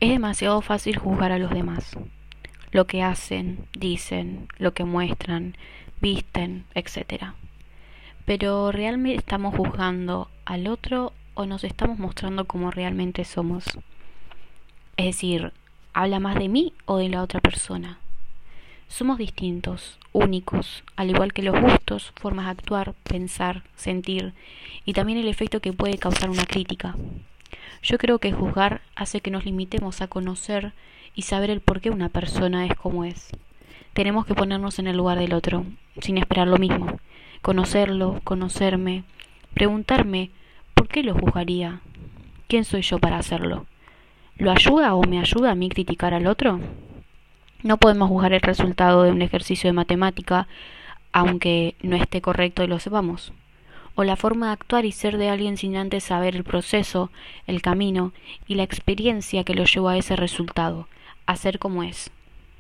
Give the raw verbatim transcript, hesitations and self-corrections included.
Es demasiado fácil juzgar a los demás, lo que hacen, dicen, lo que muestran, visten, etcétera. Pero ¿realmente estamos juzgando al otro o nos estamos mostrando como realmente somos? Es decir, ¿habla más de mí o de la otra persona? Somos distintos, únicos, al igual que los gustos, formas de actuar, pensar, sentir y también el efecto que puede causar una crítica. Yo creo que juzgar hace que nos limitemos a conocer y saber el por qué una persona es como es. Tenemos que ponernos en el lugar del otro, sin esperar lo mismo. Conocerlo, conocerme, preguntarme ¿por qué lo juzgaría? ¿Quién soy yo para hacerlo? ¿Lo ayuda o me ayuda a mí criticar al otro? No podemos juzgar el resultado de un ejercicio de matemática, aunque no esté correcto y lo sepamos. O la forma de actuar y ser de alguien sin antes saber el proceso, el camino y la experiencia que lo llevó a ese resultado, a ser como es.